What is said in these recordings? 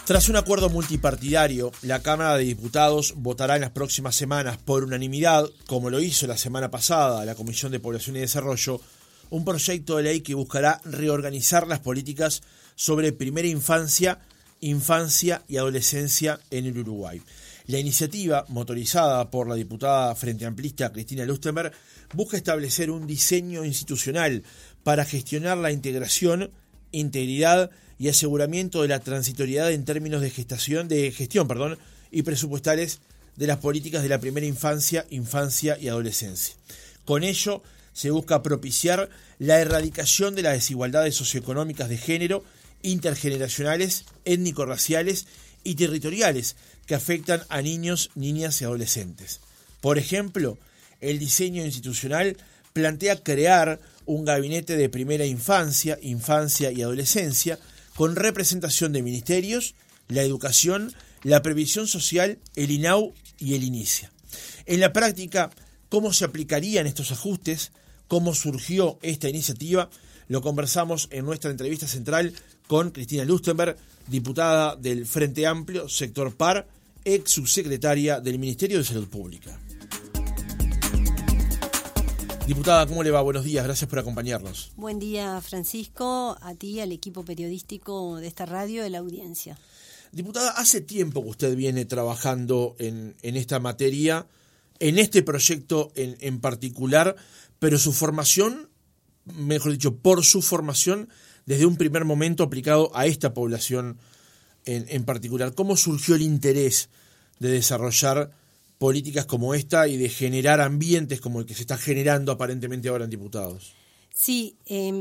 Tras un acuerdo multipartidario, la Cámara de Diputados votará en las próximas semanas por unanimidad, como lo hizo la semana pasada la Comisión de Población y Desarrollo, un proyecto de ley que buscará reorganizar las políticas sobre primera infancia, infancia y adolescencia en el Uruguay. La iniciativa, motorizada por la diputada Frente Amplista Cristina Lustenberg, busca establecer un diseño institucional para gestionar la integración, integridad y aseguramiento de la transitoriedad en términos de gestión y presupuestales de las políticas de la primera infancia, infancia y adolescencia. Con ello se busca propiciar la erradicación de las desigualdades socioeconómicas de género, intergeneracionales, étnico-raciales y territoriales que afectan a niños, niñas y adolescentes. Por ejemplo, el diseño institucional plantea crear un gabinete de primera infancia, infancia y adolescencia con representación de ministerios, la educación, la previsión social, el INAU y el INICIA. En la práctica, ¿cómo se aplicarían estos ajustes? ¿Cómo surgió esta iniciativa? Lo conversamos en nuestra entrevista central con Cristina Lustenberg, diputada del Frente Amplio, sector PAR, ex subsecretaria del Ministerio de Salud Pública. Diputada, ¿cómo le va? Buenos días, gracias por acompañarnos. Buen día, Francisco, a ti, al equipo periodístico de esta radio, de la audiencia. Diputada, hace tiempo que usted viene trabajando en esta materia, en este proyecto en particular, pero su formación, mejor dicho, por su formación, desde un primer momento aplicado a esta población en particular. ¿Cómo surgió el interés de desarrollar políticas como esta y de generar ambientes como el que se está generando aparentemente ahora en diputados? Sí,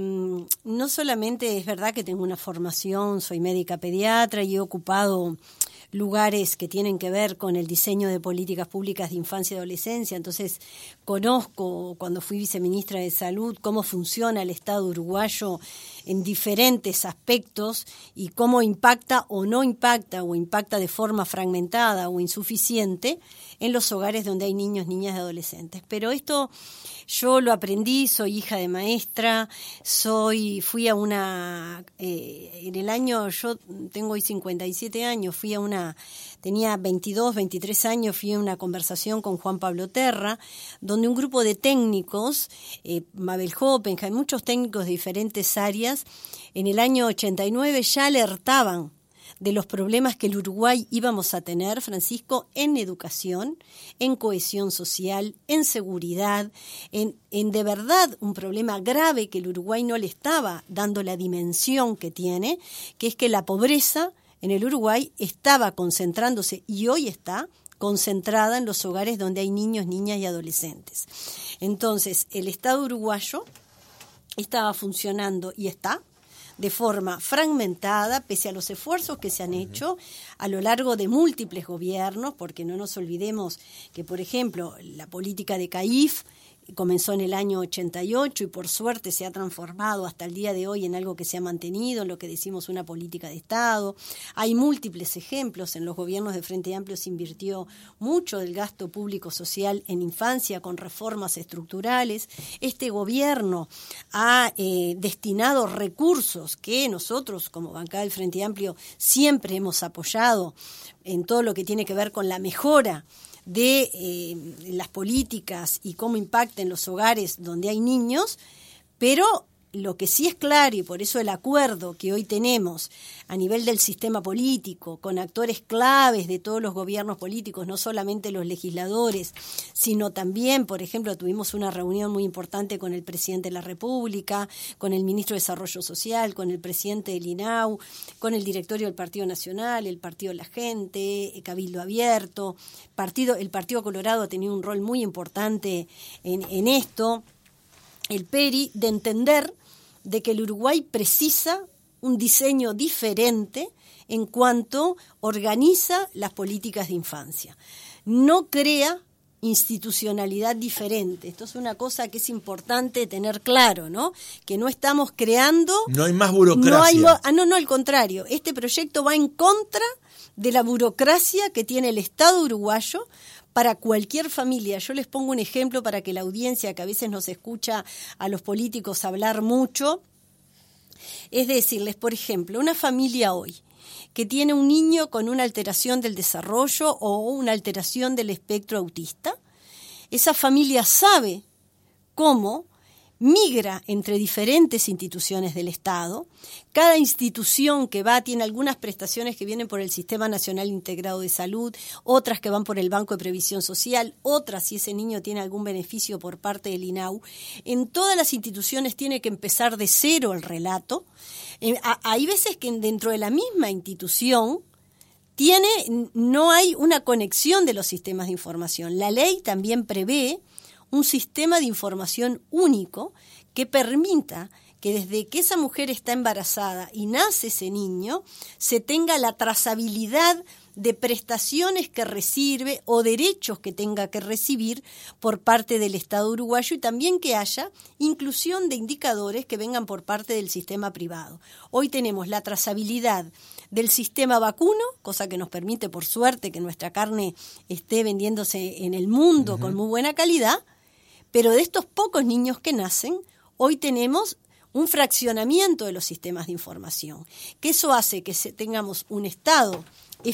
no solamente es verdad que tengo una formación, soy médica pediatra y he ocupado lugares que tienen que ver con el diseño de políticas públicas de infancia y adolescencia, entonces conozco, cuando fui viceministra de Salud, cómo funciona el Estado uruguayo en diferentes aspectos y cómo impacta o no impacta o impacta de forma fragmentada o insuficiente en los hogares donde hay niños, niñas y adolescentes. Pero esto yo lo aprendí, soy hija de maestra, fui a una, en el año, yo tengo hoy 57 años, tenía 22, 23 años, fui a una conversación con Juan Pablo Terra, donde un grupo de técnicos, Mabel Hoppenheim, muchos técnicos de diferentes áreas, en el año 89 ya alertaban de los problemas que el Uruguay íbamos a tener, Francisco, en educación, en cohesión social, en seguridad, en de verdad un problema grave que el Uruguay no le estaba dando la dimensión que tiene, que es que la pobreza en el Uruguay estaba concentrándose y hoy está concentrada en los hogares donde hay niños, niñas y adolescentes. Entonces, el Estado uruguayo estaba funcionando y está de forma fragmentada, pese a los esfuerzos que se han hecho a lo largo de múltiples gobiernos, porque no nos olvidemos que, por ejemplo, la política de CAIF comenzó en el año 88 y por suerte se ha transformado hasta el día de hoy en algo que se ha mantenido, en lo que decimos una política de Estado. Hay múltiples ejemplos, en los gobiernos de Frente Amplio se invirtió mucho del gasto público social en infancia con reformas estructurales. Este gobierno ha destinado recursos que nosotros como bancada del Frente Amplio siempre hemos apoyado en todo lo que tiene que ver con la mejora de las políticas y cómo impacta en los hogares donde hay niños, pero lo que sí es claro, y por eso el acuerdo que hoy tenemos a nivel del sistema político, con actores claves de todos los gobiernos políticos, no solamente los legisladores, sino también, por ejemplo, tuvimos una reunión muy importante con el presidente de la República, con el ministro de Desarrollo Social, con el presidente del INAU, con el directorio del Partido Nacional, el Partido de la Gente, Cabildo Abierto, el Partido Colorado ha tenido un rol muy importante en esto, el PERI, de entender de que el Uruguay precisa un diseño diferente en cuanto organiza las políticas de infancia. No crea institucionalidad diferente. Esto es una cosa que es importante tener claro, ¿no? Que no estamos creando... No hay más burocracia. No, al contrario. Este proyecto va en contra de la burocracia que tiene el Estado uruguayo para cualquier familia. Yo les pongo un ejemplo para que la audiencia, que a veces nos escucha a los políticos hablar mucho, es decirles, por ejemplo, una familia hoy que tiene un niño con una alteración del desarrollo o una alteración del espectro autista. Esa familia sabe cómo migra entre diferentes instituciones del Estado. Cada institución que va tiene algunas prestaciones que vienen por el Sistema Nacional Integrado de Salud, otras que van por el Banco de Previsión Social, otras si ese niño tiene algún beneficio por parte del INAU. En todas las instituciones tiene que empezar de cero el relato. Hay veces que dentro de la misma institución no hay una conexión de los sistemas de información. La ley también prevé un sistema de información único que permita que desde que esa mujer está embarazada y nace ese niño, se tenga la trazabilidad de prestaciones que recibe o derechos que tenga que recibir por parte del Estado uruguayo y también que haya inclusión de indicadores que vengan por parte del sistema privado. Hoy tenemos la trazabilidad del sistema vacuno, cosa que nos permite, por suerte, que nuestra carne esté vendiéndose en el mundo con muy buena calidad, pero de estos pocos niños que nacen, hoy tenemos un fraccionamiento de los sistemas de información, que eso hace que tengamos un Estado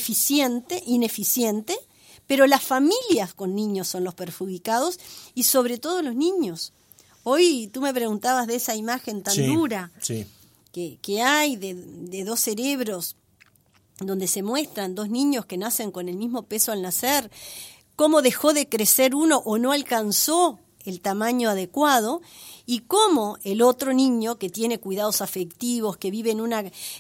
ineficiente, pero las familias con niños son los perjudicados y sobre todo los niños. Hoy tú me preguntabas de esa imagen tan dura que hay de dos cerebros donde se muestran dos niños que nacen con el mismo peso al nacer, cómo dejó de crecer uno o no alcanzó el tamaño adecuado y cómo el otro niño que tiene cuidados afectivos, que vive en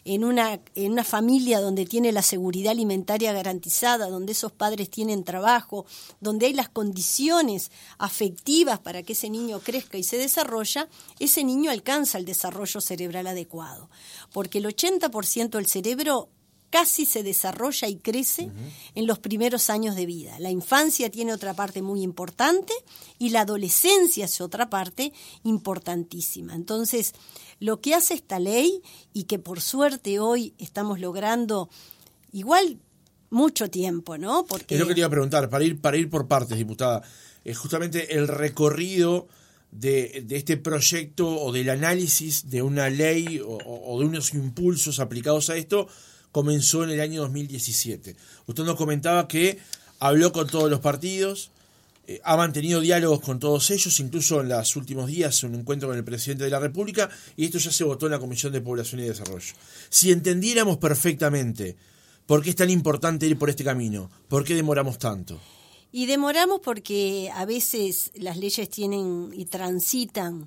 una familia donde tiene la seguridad alimentaria garantizada, donde esos padres tienen trabajo, donde hay las condiciones afectivas para que ese niño crezca y se desarrolla, ese niño alcanza el desarrollo cerebral adecuado. Porque el 80% del cerebro casi se desarrolla y crece en los primeros años de vida. La infancia tiene otra parte muy importante y la adolescencia es otra parte importantísima. Entonces, lo que hace esta ley, y que por suerte hoy estamos logrando igual mucho tiempo, ¿no? Porque es lo que te iba a preguntar, para ir por partes, diputada, es justamente el recorrido de este proyecto o del análisis de una ley o de unos impulsos aplicados a esto. Comenzó en el año 2017. Usted nos comentaba que habló con todos los partidos, ha mantenido diálogos con todos ellos, incluso en los últimos días un encuentro con el presidente de la República, y esto ya se votó en la Comisión de Población y Desarrollo. Si entendiéramos perfectamente por qué es tan importante ir por este camino, ¿por qué demoramos tanto? Y demoramos porque a veces las leyes tienen y transitan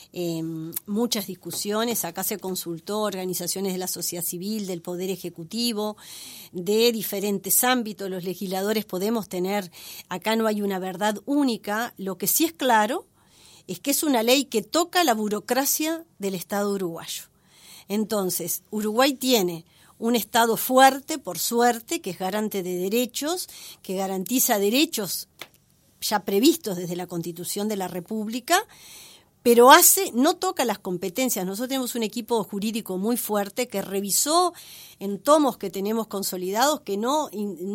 muchas discusiones. Acá se consultó organizaciones de la sociedad civil, del Poder Ejecutivo, de diferentes ámbitos. Los legisladores podemos tener, acá no hay una verdad única. Lo que sí es claro es que es una ley que toca la burocracia del Estado uruguayo. Entonces, Uruguay tiene un Estado fuerte, por suerte, que es garante de derechos, que garantiza derechos ya previstos desde la Constitución de la República, pero no toca las competencias. Nosotros tenemos un equipo jurídico muy fuerte que revisó en tomos que tenemos consolidados que no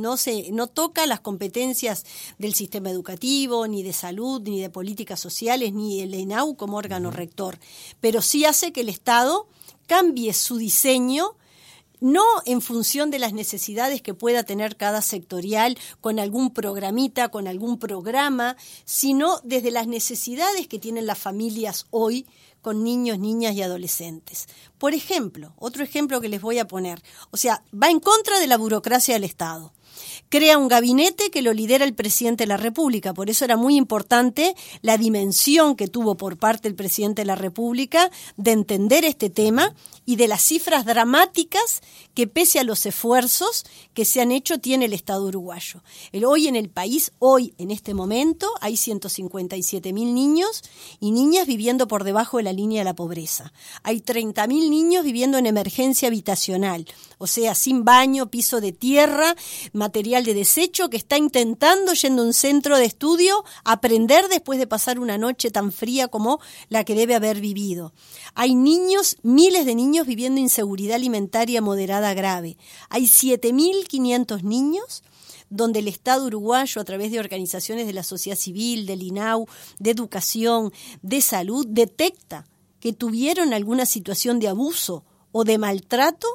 toca las competencias del sistema educativo, ni de salud, ni de políticas sociales, ni el INAU como órgano rector, pero sí hace que el Estado cambie su diseño, no en función de las necesidades que pueda tener cada sectorial, con algún programita, con algún programa, sino desde las necesidades que tienen las familias hoy con niños, niñas y adolescentes. Por ejemplo, otro ejemplo que les voy a poner, va en contra de la burocracia del Estado. Crea un gabinete que lo lidera el presidente de la República. Por eso era muy importante la dimensión que tuvo por parte del presidente de la República de entender este tema y de las cifras dramáticas que, pese a los esfuerzos que se han hecho, tiene el Estado uruguayo. Hoy en el país, en este momento, hay 157.000 niños y niñas viviendo por debajo de la línea de la pobreza. Hay 30.000 niños viviendo en emergencia habitacional, sin baño, piso de tierra, material de desecho, que está intentando, yendo a un centro de estudio, aprender después de pasar una noche tan fría como la que debe haber vivido. Hay miles de niños viviendo inseguridad alimentaria moderada grave. Hay 7.500 niños donde el Estado uruguayo, a través de organizaciones de la sociedad civil, del INAU, de educación, de salud, detecta que tuvieron alguna situación de abuso o de maltrato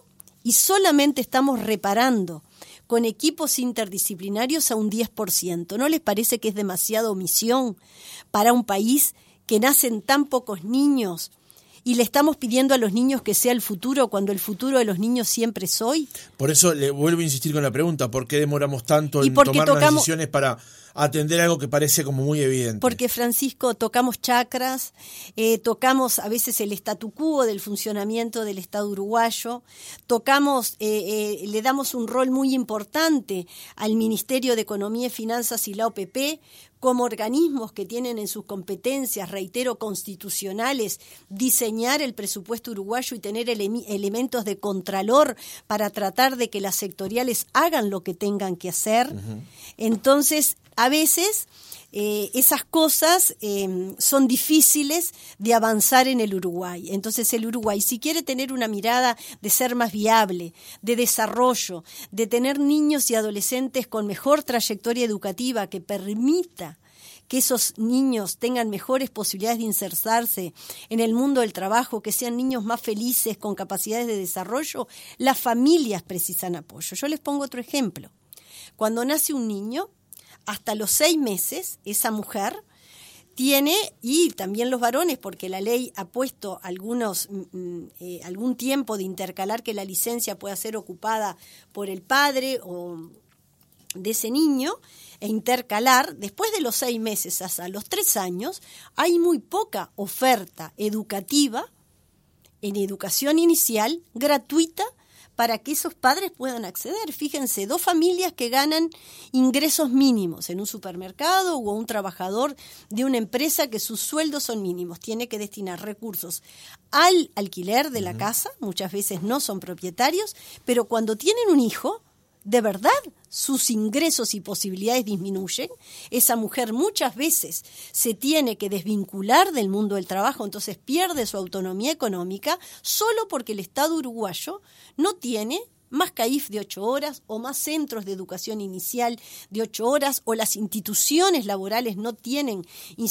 y solamente estamos reparando con equipos interdisciplinarios a un 10%. ¿No les parece que es demasiada omisión para un país que nacen tan pocos niños y le estamos pidiendo a los niños que sea el futuro cuando el futuro de los niños siempre es hoy? Por eso le vuelvo a insistir con la pregunta, ¿por qué demoramos tanto en tomar las decisiones para atender algo que parece como muy evidente? Porque, Francisco, tocamos chacras, tocamos a veces el statu quo del funcionamiento del Estado uruguayo, tocamos, le damos un rol muy importante al Ministerio de Economía y Finanzas y la OPP como organismos que tienen en sus competencias, reitero, constitucionales, diseñar el presupuesto uruguayo y tener elementos de contralor para tratar de que las sectoriales hagan lo que tengan que hacer. Uh-huh. Entonces, a veces esas cosas son difíciles de avanzar en el Uruguay. Entonces el Uruguay, si quiere tener una mirada de ser más viable, de desarrollo, de tener niños y adolescentes con mejor trayectoria educativa que permita que esos niños tengan mejores posibilidades de insertarse en el mundo del trabajo, que sean niños más felices, con capacidades de desarrollo, las familias precisan apoyo. Yo les pongo otro ejemplo. Cuando nace un niño, hasta los 6 meses, esa mujer tiene, y también los varones, porque la ley ha puesto algún tiempo de intercalar que la licencia pueda ser ocupada por el padre o de ese niño, e intercalar, después de los 6 meses hasta los 3 años, hay muy poca oferta educativa en educación inicial gratuita para que esos padres puedan acceder. Fíjense, 2 familias que ganan ingresos mínimos en un supermercado o un trabajador de una empresa que sus sueldos son mínimos, tiene que destinar recursos al alquiler de la casa, muchas veces no son propietarios, pero cuando tienen un hijo, de verdad sus ingresos y posibilidades disminuyen. Esa mujer muchas veces se tiene que desvincular del mundo del trabajo, entonces pierde su autonomía económica solo porque el Estado uruguayo no tiene más CAIF de 8 horas o más centros de educación inicial de 8 horas, o las instituciones laborales no tienen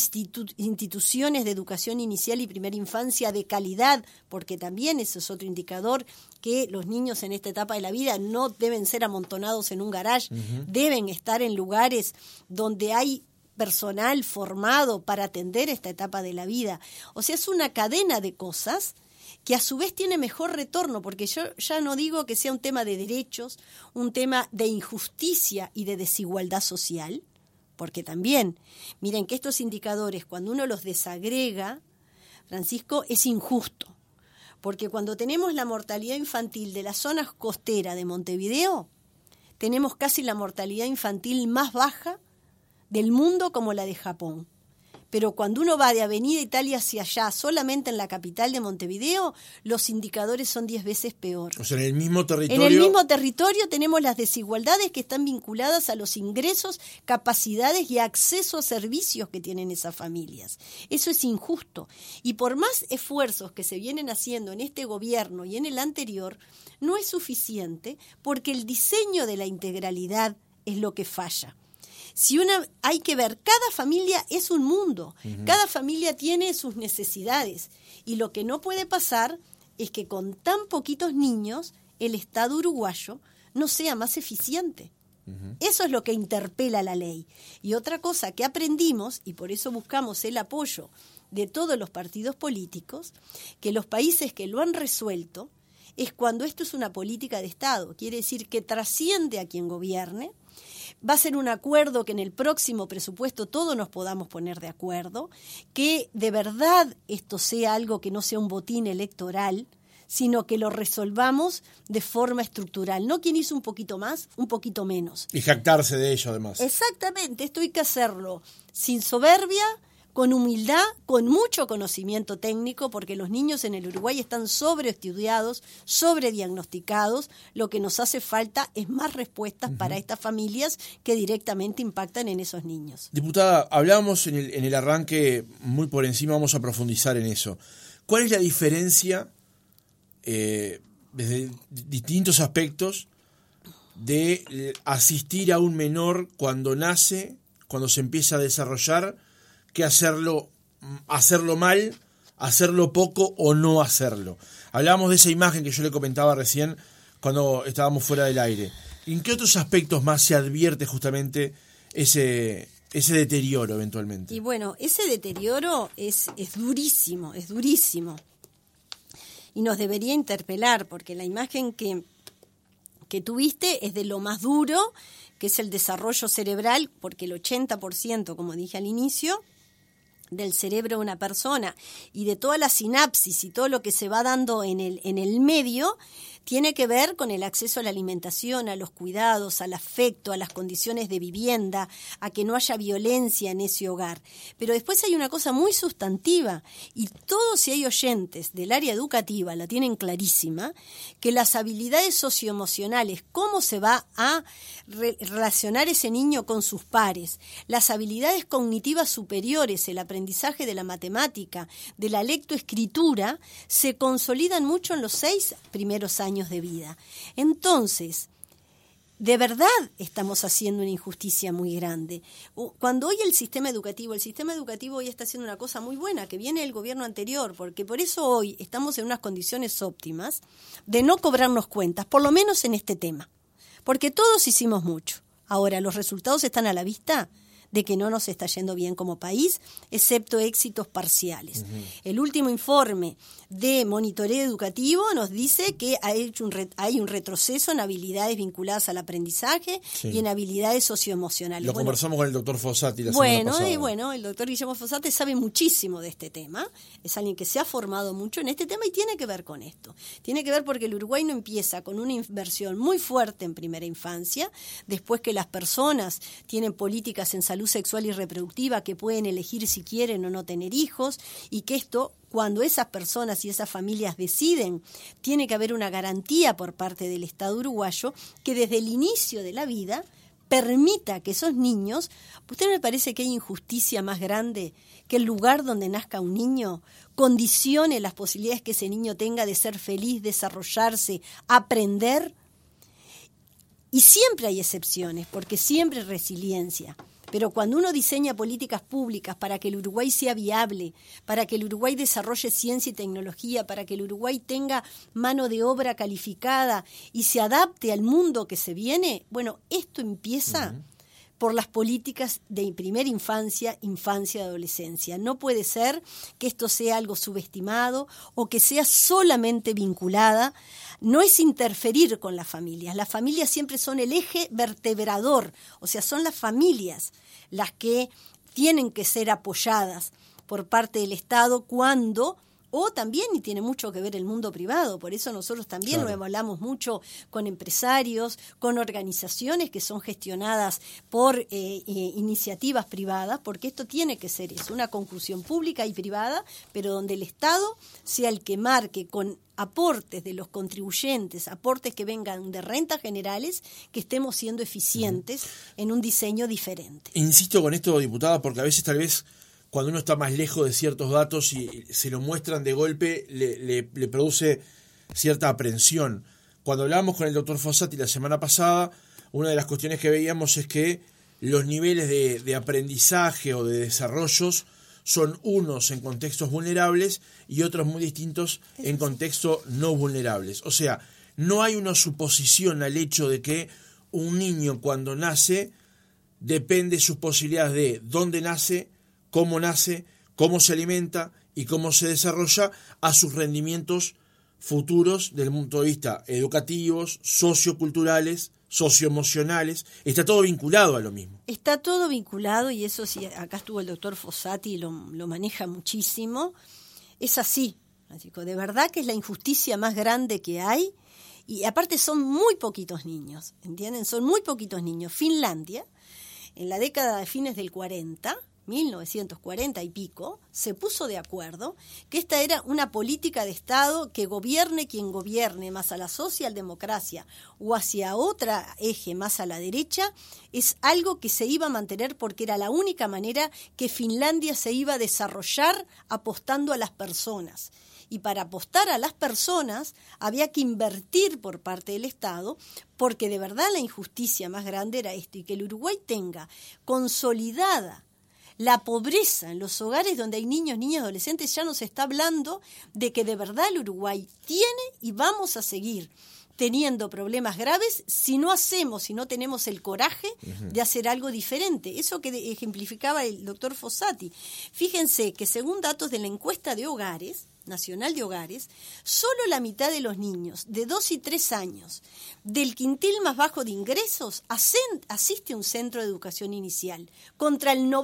instituciones de educación inicial y primera infancia de calidad, porque también ese es otro indicador, que los niños en esta etapa de la vida no deben ser amontonados en un garage, deben estar en lugares donde hay personal formado para atender esta etapa de la vida. O sea, es una cadena de cosas que a su vez tiene mejor retorno, porque yo ya no digo que sea un tema de derechos, un tema de injusticia y de desigualdad social, porque también, miren que estos indicadores, cuando uno los desagrega, Francisco, es injusto, porque cuando tenemos la mortalidad infantil de las zonas costeras de Montevideo, tenemos casi la mortalidad infantil más baja del mundo como la de Japón. Pero cuando uno va de Avenida Italia hacia allá, solamente en la capital de Montevideo, los indicadores son 10 veces peor. O sea, en el mismo territorio... En el mismo territorio tenemos las desigualdades que están vinculadas a los ingresos, capacidades y acceso a servicios que tienen esas familias. Eso es injusto. Y por más esfuerzos que se vienen haciendo en este gobierno y en el anterior, no es suficiente, porque el diseño de la integralidad es lo que falla. Hay que ver, cada familia es un mundo, cada familia tiene sus necesidades, y lo que no puede pasar es que con tan poquitos niños el Estado uruguayo no sea más eficiente. Eso es lo que interpela la ley. Y otra cosa que aprendimos, y por eso buscamos el apoyo de todos los partidos políticos, que los países que lo han resuelto es cuando esto es una política de Estado, quiere decir que trasciende a quien gobierne. Va a ser un acuerdo que en el próximo presupuesto todos nos podamos poner de acuerdo, que de verdad esto sea algo que no sea un botín electoral, sino que lo resolvamos de forma estructural. No quien hizo un poquito más, un poquito menos. Y jactarse de ello, además. Exactamente, esto hay que hacerlo sin soberbia, con humildad, con mucho conocimiento técnico, porque los niños en el Uruguay están sobreestudiados, sobrediagnosticados. Lo que nos hace falta es más respuestas para estas familias que directamente impactan en esos niños. Diputada, hablábamos en el arranque muy por encima, vamos a profundizar en eso. ¿Cuál es la diferencia, desde distintos aspectos, de asistir a un menor cuando nace, cuando se empieza a desarrollar, que hacerlo mal, hacerlo poco o no hacerlo? Hablábamos de esa imagen que yo le comentaba recién cuando estábamos fuera del aire. ¿En qué otros aspectos más se advierte justamente ese deterioro eventualmente? Y bueno, ese deterioro es durísimo, es durísimo. Y nos debería interpelar, porque la imagen que tuviste es de lo más duro, que es el desarrollo cerebral, porque el 80%, como dije al inicio, del cerebro de una persona y de toda la sinapsis y todo lo que se va dando en el medio, tiene que ver con el acceso a la alimentación, a los cuidados, al afecto, a las condiciones de vivienda, a que no haya violencia en ese hogar. Pero después hay una cosa muy sustantiva, y todos, si hay oyentes del área educativa, la tienen clarísima, que las habilidades socioemocionales, cómo se va a relacionar ese niño con sus pares, las habilidades cognitivas superiores, el aprendizaje de la matemática, de la lectoescritura, se consolidan mucho en los 6 primeros años de vida. Entonces, de verdad estamos haciendo una injusticia muy grande. Cuando hoy el sistema educativo hoy está haciendo una cosa muy buena, que viene del gobierno anterior, porque por eso hoy estamos en unas condiciones óptimas de no cobrarnos cuentas, por lo menos en este tema, porque todos hicimos mucho. Ahora, los resultados están a la vista de que no nos está yendo bien como país, excepto éxitos parciales. Uh-huh. El último informe de monitoreo educativo nos dice que hay un retroceso en habilidades vinculadas al aprendizaje, sí, y en habilidades socioemocionales. Lo conversamos con el doctor Fossati la semana pasada. El doctor Guillermo Fossati sabe muchísimo de este tema, es alguien que se ha formado mucho en este tema y tiene que ver con esto. Tiene que ver porque el Uruguay no empieza con una inversión muy fuerte en primera infancia, después que las personas tienen políticas en salud sexual y reproductiva que pueden elegir si quieren o no tener hijos, y que esto, cuando esas personas y esas familias deciden, tiene que haber una garantía por parte del Estado uruguayo que desde el inicio de la vida permita que esos niños, ¿usted no le parece que hay injusticia más grande que el lugar donde nazca un niño condicione las posibilidades que ese niño tenga de ser feliz, desarrollarse, aprender? Y siempre hay excepciones, porque siempre hay resiliencia. Pero cuando uno diseña políticas públicas para que el Uruguay sea viable, para que el Uruguay desarrolle ciencia y tecnología, para que el Uruguay tenga mano de obra calificada y se adapte al mundo que se viene, bueno, esto empieza por las políticas de primera infancia, infancia y adolescencia. No puede ser que esto sea algo subestimado o que sea solamente vinculada. No es interferir con las familias siempre son el eje vertebrador, o sea, son las familias las que tienen que ser apoyadas por parte del Estado cuando, o también, y tiene mucho que ver el mundo privado, por eso nosotros también lo hablamos mucho con empresarios, con organizaciones que son gestionadas por iniciativas privadas, porque esto tiene que ser eso, una conclusión pública y privada, pero donde el Estado sea el que marque con aportes de los contribuyentes, aportes que vengan de rentas generales, que estemos siendo eficientes en un diseño diferente. Insisto con esto, diputada, porque a veces tal vez cuando uno está más lejos de ciertos datos y se lo muestran de golpe, le produce cierta aprensión. Cuando hablábamos con el doctor Fossati la semana pasada, una de las cuestiones que veíamos es que los niveles de aprendizaje o de desarrollos son unos en contextos vulnerables y otros muy distintos en contextos no vulnerables. O sea, no hay una suposición al hecho de que un niño cuando nace depende de sus posibilidades de dónde nace, cómo se alimenta y cómo se desarrolla a sus rendimientos futuros desde el punto de vista educativos, socioculturales, socioemocionales. Está todo vinculado a lo mismo. Está todo vinculado, y eso sí, acá estuvo el doctor Fossati y lo maneja muchísimo. Es así, de verdad que es la injusticia más grande que hay, y aparte son muy poquitos niños, ¿entienden? Son muy poquitos niños. Finlandia, en la década de fines del 1940 y pico, se puso de acuerdo que esta era una política de Estado que gobierne quien gobierne, más a la socialdemocracia o hacia otro eje más a la derecha, es algo que se iba a mantener porque era la única manera que Finlandia se iba a desarrollar apostando a las personas. Y para apostar a las personas había que invertir por parte del Estado, porque de verdad la injusticia más grande era esto, y que el Uruguay tenga consolidada la pobreza en los hogares donde hay niños, niñas, adolescentes. Ya nos está hablando de que de verdad el Uruguay tiene y vamos a seguir teniendo problemas graves si no tenemos el coraje de hacer algo diferente. Eso que ejemplificaba el doctor Fossati. Fíjense que según datos de la encuesta de hogares, nacional de hogares, solo la mitad de los niños de 2 y 3 años del quintil más bajo de ingresos asiste a un centro de educación inicial, contra el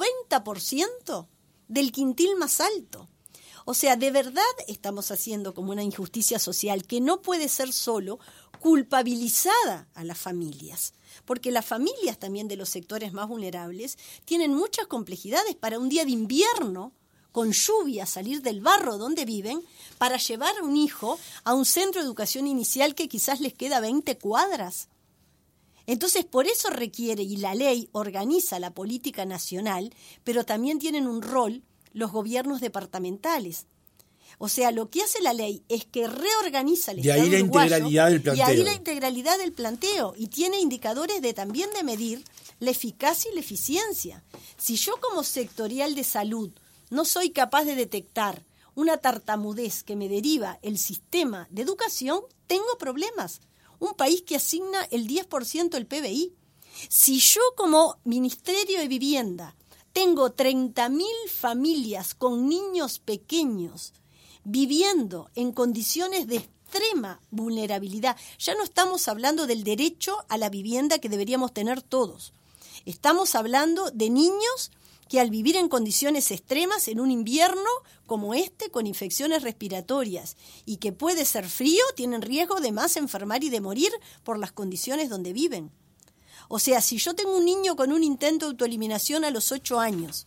90% del quintil más alto. O sea, de verdad estamos haciendo como una injusticia social que no puede ser solo culpabilizada a las familias, porque las familias también de los sectores más vulnerables tienen muchas complejidades para un día de invierno, con lluvia, salir del barro donde viven para llevar a un hijo a un centro de educación inicial que quizás les queda 20 cuadras. Entonces, por eso requiere, y la ley organiza la política nacional, pero también tienen un rol los gobiernos departamentales. O sea, lo que hace la ley es que reorganiza el Estado uruguayo. De ahí la integralidad del planteo. Y ahí la integralidad del planteo. Y tiene indicadores también de medir la eficacia y la eficiencia. Si yo como sectorial de salud no soy capaz de detectar una tartamudez que me deriva el sistema de educación, tengo problemas. Un país que asigna el 10% del PBI. Si yo como Ministerio de Vivienda tengo 30.000 familias con niños pequeños viviendo en condiciones de extrema vulnerabilidad, ya no estamos hablando del derecho a la vivienda que deberíamos tener todos. Estamos hablando de niños que al vivir en condiciones extremas en un invierno como este, con infecciones respiratorias y que puede ser frío, tienen riesgo de más enfermar y de morir por las condiciones donde viven. O sea, si yo tengo un niño con un intento de autoeliminación a los 8 años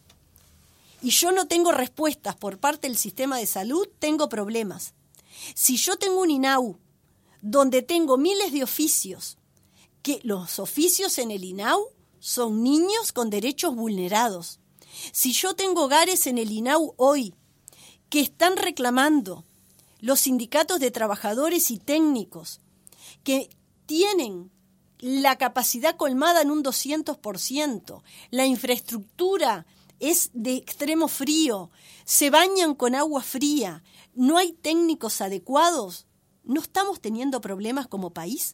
y yo no tengo respuestas por parte del sistema de salud, tengo problemas. Si yo tengo un INAU donde tengo miles de oficios, que los oficios en el INAU son niños con derechos vulnerados. Si yo tengo hogares en el INAU hoy que están reclamando los sindicatos de trabajadores y técnicos que tienen la capacidad colmada en un 200%, la infraestructura es de extremo frío, se bañan con agua fría, no hay técnicos adecuados, ¿no estamos teniendo problemas como país?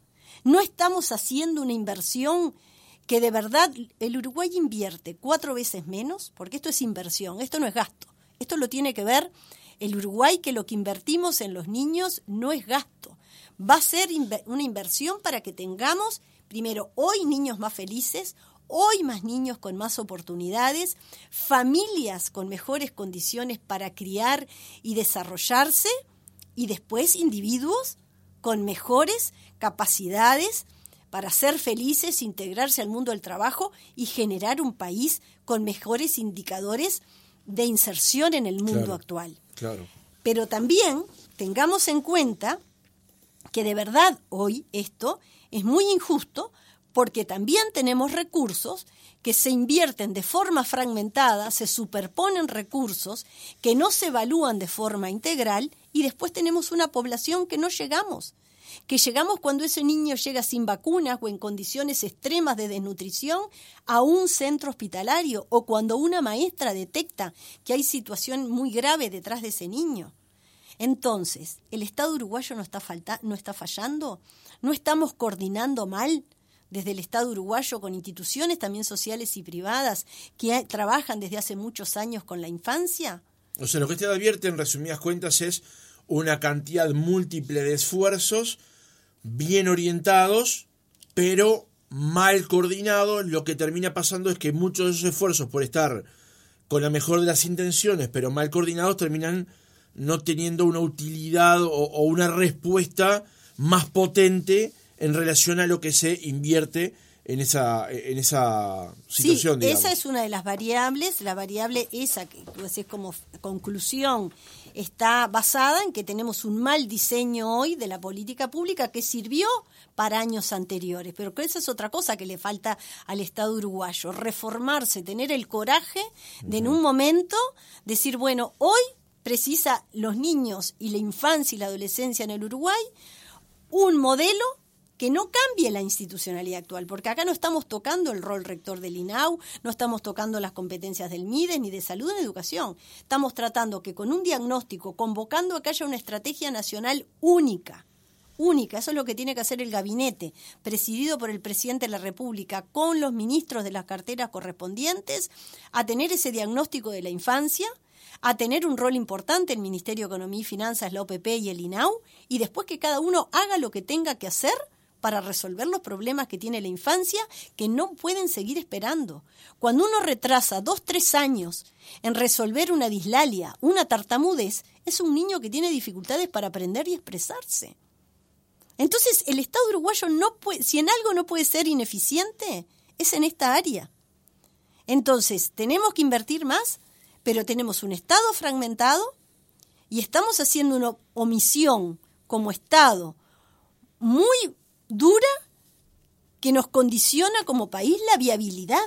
¿No estamos haciendo una inversión que de verdad el Uruguay invierte 4 veces menos? Porque esto es inversión, esto no es gasto. Esto lo tiene que ver el Uruguay, que lo que invertimos en los niños no es gasto. Va a ser una inversión para que tengamos, primero, hoy niños más felices, hoy más niños con más oportunidades, familias con mejores condiciones para criar y desarrollarse, y después individuos con mejores capacidades para ser felices, integrarse al mundo del trabajo y generar un país con mejores indicadores de inserción en el mundo actual. Claro. Pero también tengamos en cuenta que de verdad hoy esto es muy injusto, porque también tenemos recursos que se invierten de forma fragmentada, se superponen recursos que no se evalúan de forma integral, y después tenemos una población que no llegamos cuando ese niño llega sin vacunas o en condiciones extremas de desnutrición a un centro hospitalario, o cuando una maestra detecta que hay situación muy grave detrás de ese niño. Entonces, ¿el Estado uruguayo no está fallando? ¿No estamos coordinando mal desde el Estado uruguayo con instituciones también sociales y privadas que trabajan desde hace muchos años con la infancia? O sea, lo que usted advierte en resumidas cuentas es una cantidad múltiple de esfuerzos bien orientados, pero mal coordinados. Lo que termina pasando es que muchos de esos esfuerzos, por estar con la mejor de las intenciones, pero mal coordinados, terminan no teniendo una utilidad o una respuesta más potente en relación a lo que se invierte en esa situación. Sí, digamos. Esa es una de las variables. La variable esa que tú decís como conclusión está basada en que tenemos un mal diseño hoy de la política pública que sirvió para años anteriores, pero que esa es otra cosa que le falta al Estado uruguayo: reformarse, tener el coraje de en un momento decir, bueno, hoy precisa los niños y la infancia y la adolescencia en el Uruguay un modelo que no cambie la institucionalidad actual, porque acá no estamos tocando el rol rector del INAU, no estamos tocando las competencias del MIDES ni de salud en educación. Estamos tratando que con un diagnóstico, convocando a que haya una estrategia nacional única, única, eso es lo que tiene que hacer el gabinete, presidido por el presidente de la República, con los ministros de las carteras correspondientes, a tener ese diagnóstico de la infancia, a tener un rol importante el Ministerio de Economía y Finanzas, la OPP y el INAU, y después que cada uno haga lo que tenga que hacer para resolver los problemas que tiene la infancia, que no pueden seguir esperando. Cuando uno retrasa 2, 3 años en resolver una dislalia, una tartamudez, es un niño que tiene dificultades para aprender y expresarse. Entonces, el Estado uruguayo no puede, si en algo no puede ser ineficiente, es en esta área. Entonces, tenemos que invertir más, pero tenemos un Estado fragmentado y estamos haciendo una omisión como Estado muy dura que nos condiciona como país la viabilidad.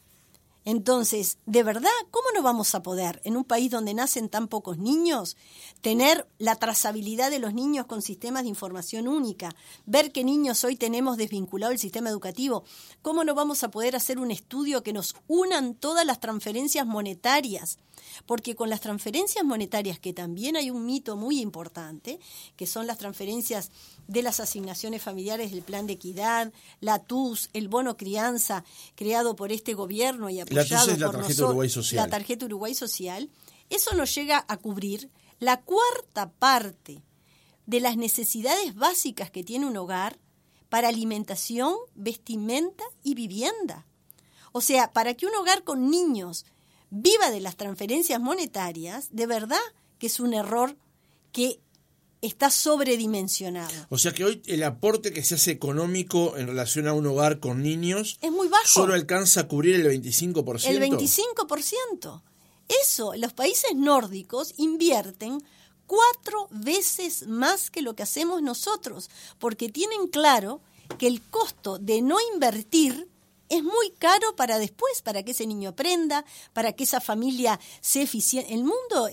Entonces, de verdad, ¿cómo no vamos a poder, en un país donde nacen tan pocos niños, tener la trazabilidad de los niños con sistemas de información única, ver qué niños hoy tenemos desvinculado el sistema educativo? ¿Cómo no vamos a poder hacer un estudio que nos unan todas las transferencias monetarias? Porque con las transferencias monetarias, que también hay un mito muy importante, que son las transferencias de las asignaciones familiares del Plan de Equidad, la TUS, el bono crianza, creado por este gobierno y apoyado por nosotros, la tarjeta Uruguay Social, eso nos llega a cubrir la cuarta parte de las necesidades básicas que tiene un hogar para alimentación, vestimenta y vivienda. O sea, para que un hogar con niños viva de las transferencias monetarias, de verdad que es un error que está sobredimensionado. O sea que hoy el aporte que se hace económico en relación a un hogar con niños es muy bajo. Solo alcanza a cubrir el 25%. El 25%. Eso, los países nórdicos invierten 4 veces más que lo que hacemos nosotros, porque tienen claro que el costo de no invertir es muy caro para después, para que ese niño aprenda, para que esa familia sea eficiente. El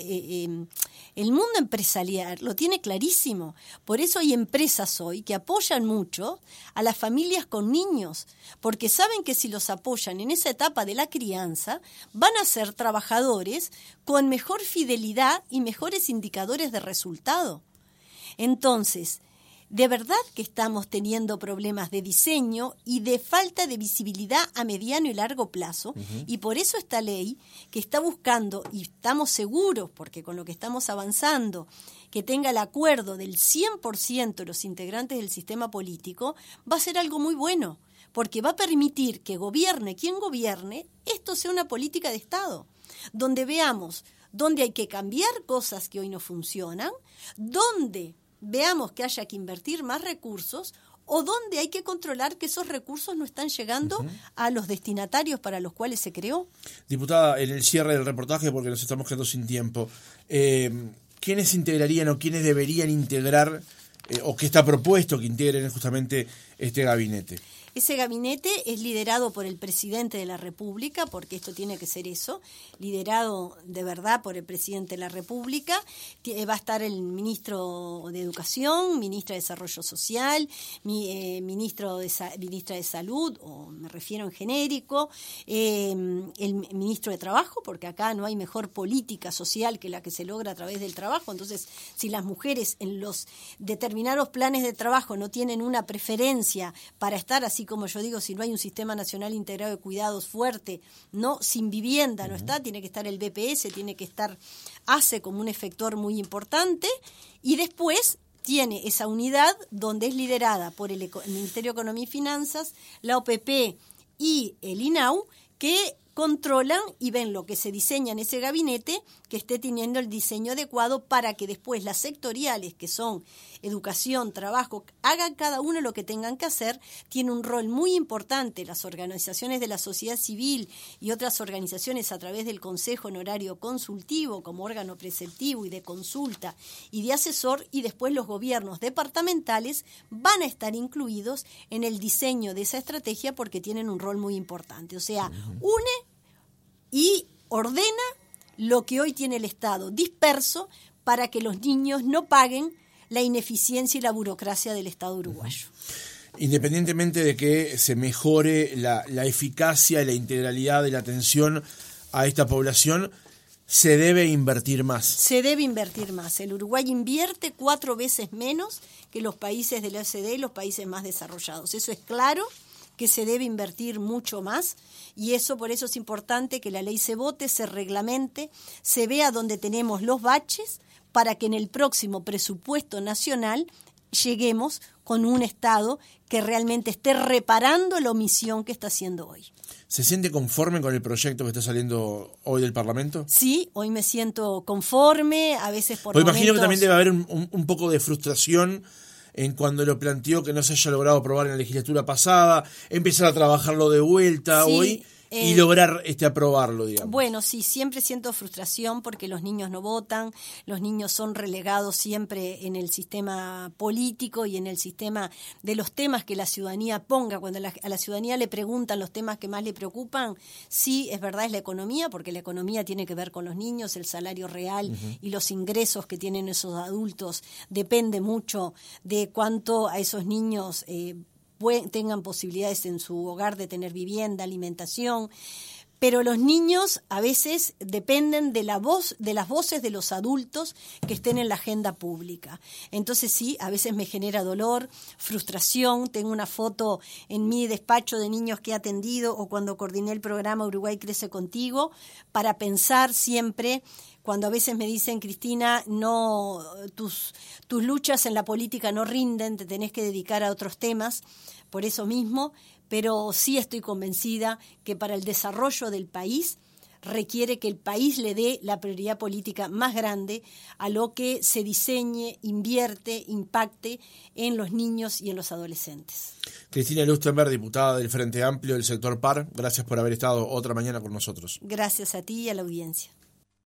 mundo empresarial lo tiene clarísimo. Por eso hay empresas hoy que apoyan mucho a las familias con niños, porque saben que si los apoyan en esa etapa de la crianza, van a ser trabajadores con mejor fidelidad y mejores indicadores de resultado. Entonces, de verdad que estamos teniendo problemas de diseño y de falta de visibilidad a mediano y largo plazo, y por eso esta ley que está buscando, y estamos seguros, porque con lo que estamos avanzando, que tenga el acuerdo del 100% de los integrantes del sistema político, va a ser algo muy bueno, porque va a permitir que gobierne quien gobierne, esto sea una política de Estado, donde veamos dónde hay que cambiar cosas que hoy no funcionan, dónde veamos que haya que invertir más recursos o donde hay que controlar que esos recursos no están llegando a los destinatarios para los cuales se creó. Diputada, en el cierre del reportaje, porque nos estamos quedando sin tiempo, ¿quiénes integrarían o quiénes deberían integrar o qué está propuesto que integren justamente este gabinete? Ese gabinete es liderado por el presidente de la República, porque esto tiene que ser eso, liderado de verdad por el presidente de la República. Va a estar el ministro de Educación, ministra de Desarrollo Social, ministra de Salud, o me refiero en genérico, el ministro de Trabajo, porque acá no hay mejor política social que la que se logra a través del trabajo. Entonces, si las mujeres en los determinados planes de trabajo no tienen una preferencia para estar, así como yo digo, si no hay un sistema nacional integrado de cuidados fuerte, no, sin vivienda no está, tiene que estar el BPS, tiene que estar ACE como un efector muy importante, y después tiene esa unidad donde es liderada por el Ministerio de Economía y Finanzas, la OPP y el INAU, que controlan y ven lo que se diseña en ese gabinete, que esté teniendo el diseño adecuado para que después las sectoriales, que son educación, trabajo, hagan cada uno lo que tengan que hacer. Tiene un rol muy importante las organizaciones de la sociedad civil y otras organizaciones a través del Consejo Honorario Consultivo como órgano preceptivo y de consulta y de asesor, y después los gobiernos departamentales van a estar incluidos en el diseño de esa estrategia porque tienen un rol muy importante. O sea, une y ordena lo que hoy tiene el Estado disperso para que los niños no paguen la ineficiencia y la burocracia del Estado uruguayo. Independientemente de que se mejore la eficacia y la integralidad de la atención a esta población, Se debe invertir más. Se debe invertir más. El Uruguay invierte 4 veces menos que los países de la OCDE y los países más desarrollados. Eso es claro, que se debe invertir mucho más, y eso por eso es importante que la ley se vote, se reglamente, se vea dónde tenemos los baches, para que en el próximo presupuesto nacional lleguemos con un Estado que realmente esté reparando la omisión que está haciendo hoy. ¿Se siente conforme con el proyecto que está saliendo hoy del Parlamento? Sí, hoy me siento conforme, a veces por Pues momentos... imagino que también debe haber un poco de frustración en cuando lo planteó que no se haya logrado aprobar en la legislatura pasada, empezar a trabajarlo de vuelta Sí, hoy y lograr aprobarlo, digamos. Bueno, sí, siempre siento frustración porque los niños no votan, los niños son relegados siempre en el sistema político y en el sistema de los temas que la ciudadanía ponga. Cuando a la ciudadanía le preguntan los temas que más le preocupan, sí, es verdad, es la economía, porque la economía tiene que ver con los niños, el salario real y los ingresos que tienen esos adultos depende mucho de cuánto a esos niños tengan posibilidades en su hogar de tener vivienda, alimentación, pero los niños a veces dependen de las voces de los adultos que estén en la agenda pública. Entonces sí, a veces me genera dolor, frustración. Tengo una foto en mi despacho de niños que he atendido o cuando coordiné el programa Uruguay Crece Contigo, para pensar siempre. Cuando a veces me dicen, Cristina, no, tus luchas en la política no rinden, te tenés que dedicar a otros temas, por eso mismo, pero sí estoy convencida que para el desarrollo del país requiere que el país le dé la prioridad política más grande a lo que se diseñe, invierte, impacte en los niños y en los adolescentes. Cristina Lustenberg, diputada del Frente Amplio del sector PAR, gracias por haber estado otra mañana con nosotros. Gracias a ti y a la audiencia.